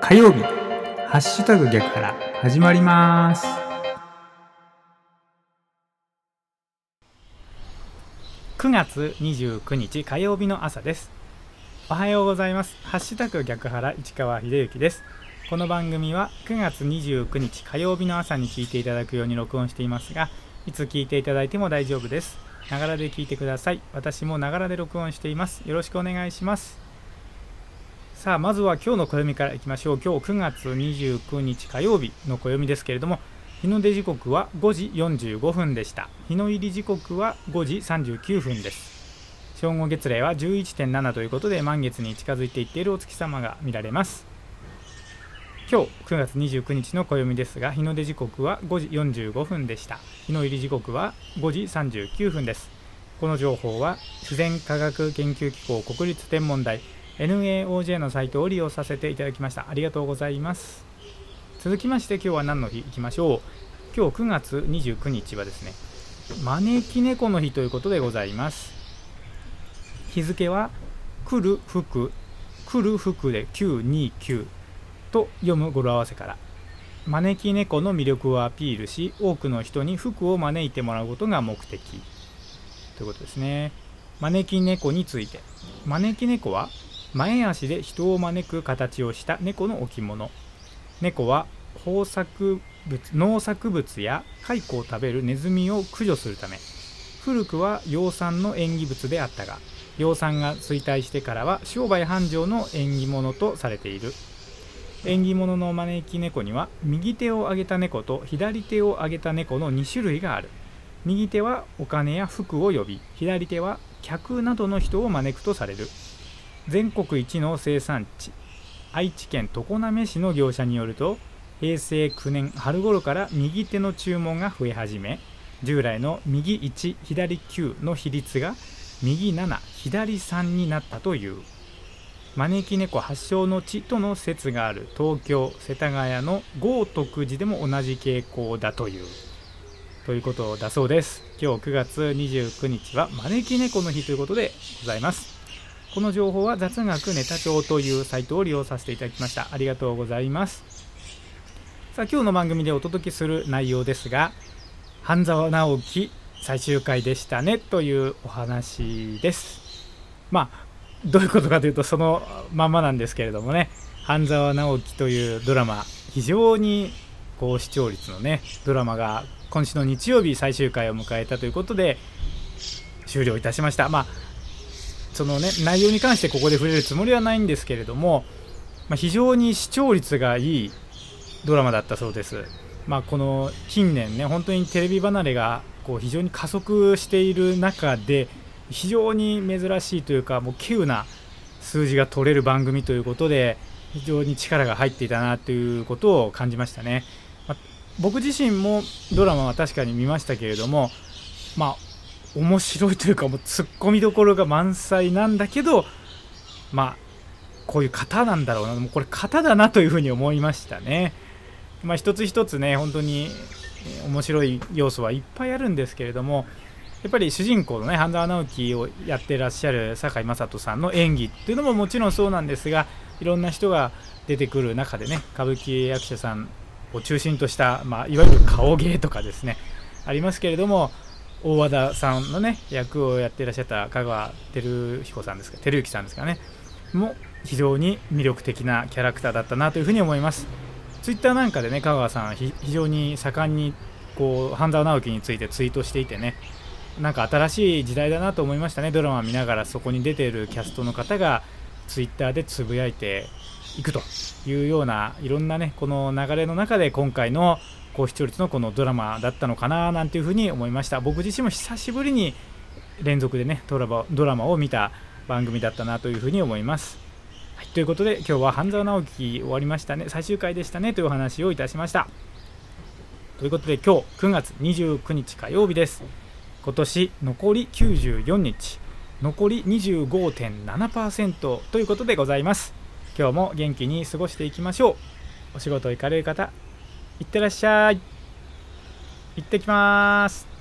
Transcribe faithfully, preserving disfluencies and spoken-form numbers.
火曜日ハッシュタグ逆から始まります。 くがつにじゅうくにち火曜日の朝です。おはようございます。ハッシュタグ逆原市川秀幸です。この番組はくがつにじゅうくにち火曜日の朝に聞いていただくように録音していますが、いつ聞いていただいても大丈夫です。ながらで聞いてください。私もながらで録音しています。よろしくお願いします。さあ、まずは今日の暦からいきましょう。今日くがつにじゅうくにち火曜日の暦ですけれども、日の出時刻はごじよんじゅうごふんでした。日の入り時刻はごじさんじゅうきゅうふんです。正午月齢は じゅういってんなな ということで、満月に近づいていっているお月様が見られます。今日くがつにじゅうくにちの暦ですが、日の出時刻はごじよんじゅうごふんでした。日の入り時刻はごじさんじゅうきゅうふんです。この情報は自然科学研究機構国立天文台 エヌエーオージェー のサイトを利用させていただきました。ありがとうございます。続きまして、今日は何の日いきましょう。今日くがつにじゅうくにちはですね、招き猫の日ということでございます。日付は来る福来る福できゅうにきゅうと読む語呂合わせから、招き猫の魅力をアピールし、多くの人に福を招いてもらうことが目的ということですね。招き猫について、招き猫は前足で人を招く形をした猫の置物。猫は豊作物農作物や蚕を食べるネズミを駆除するため、古くは養蚕の縁起物であったが、養蚕が衰退してからは商売繁盛の縁起物とされている。縁起物の招き猫には右手を上げた猫と左手を上げた猫のにしゅるいがある。右手はお金や福を呼び、左手は客などの人を招くとされる。全国一の生産地、愛知県常滑市の業者によると、へいせいきゅうねん春頃から右手の注文が増え始め、従来の右いち左きゅうの比率が右なな左さんになったという。招き猫発祥の地との説がある東京世田谷の豪徳寺でも同じ傾向だというということだそうです。今日くがつにじゅうくにちは招き猫の日ということでございます。この情報は雑学ネタ帳というサイトを利用させていただきました。ありがとうございます。さあ、今日の番組でお届けする内容ですが、半沢直樹最終回でしたねというお話です。まあどういうことかというと、そのまんまなんですけれどもね、半沢直樹というドラマ、非常に高視聴率のねドラマが今週の日曜日最終回を迎えたということで終了いたしました。まあそのね内容に関してここで触れるつもりはないんですけれども、まあ、非常に視聴率がいいドラマだったそうです。まあ、この近年ね、本当にテレビ離れがこう非常に加速している中で、非常に珍しいというか、もう稀有な数字が取れる番組ということで、非常に力が入っていたなということを感じましたね。まあ、僕自身もドラマは確かに見ましたけれども、まあ面白いというか、もうツッコミどころが満載なんだけど、まあこういう型なんだろうな、もうこれ型だなというふうに思いましたね。まあ一つ一つね、本当に面白い要素はいっぱいあるんですけれども、やっぱり主人公のね半沢直樹をやってらっしゃる堺雅人さんの演技っていうのももちろんそうなんですが、いろんな人が出てくる中でね、歌舞伎役者さんを中心とした、まあ、いわゆる顔芸とかですねありますけれども、大和田さんのね役をやっていらっしゃった香川照彦さんですか照之さんですかねも非常に魅力的なキャラクターだったなというふうに思います。ツイッターなんかでね、香川さん非常に盛んにこう半沢直樹についてツイートしていてね、なんか新しい時代だなと思いましたね。ドラマ見ながらそこに出ているキャストの方がツイッターでつぶやいていくというような、いろんなねこの流れの中で今回の高視聴率のこのドラマだったのかななんていうふうに思いました。僕自身も久しぶりに連続でねドラマ、ドラマを見た番組だったなというふうに思います。はい、ということで今日は半沢直樹終わりましたね、最終回でしたねというお話をいたしました。ということで今日くがつにじゅうくにち火曜日です。今年残りきゅうじゅうよっか、残り にじゅうごてんななパーセント ということでございます。今日も元気に過ごしていきましょう。お仕事行かれる方、いってらっしゃい。行ってきます。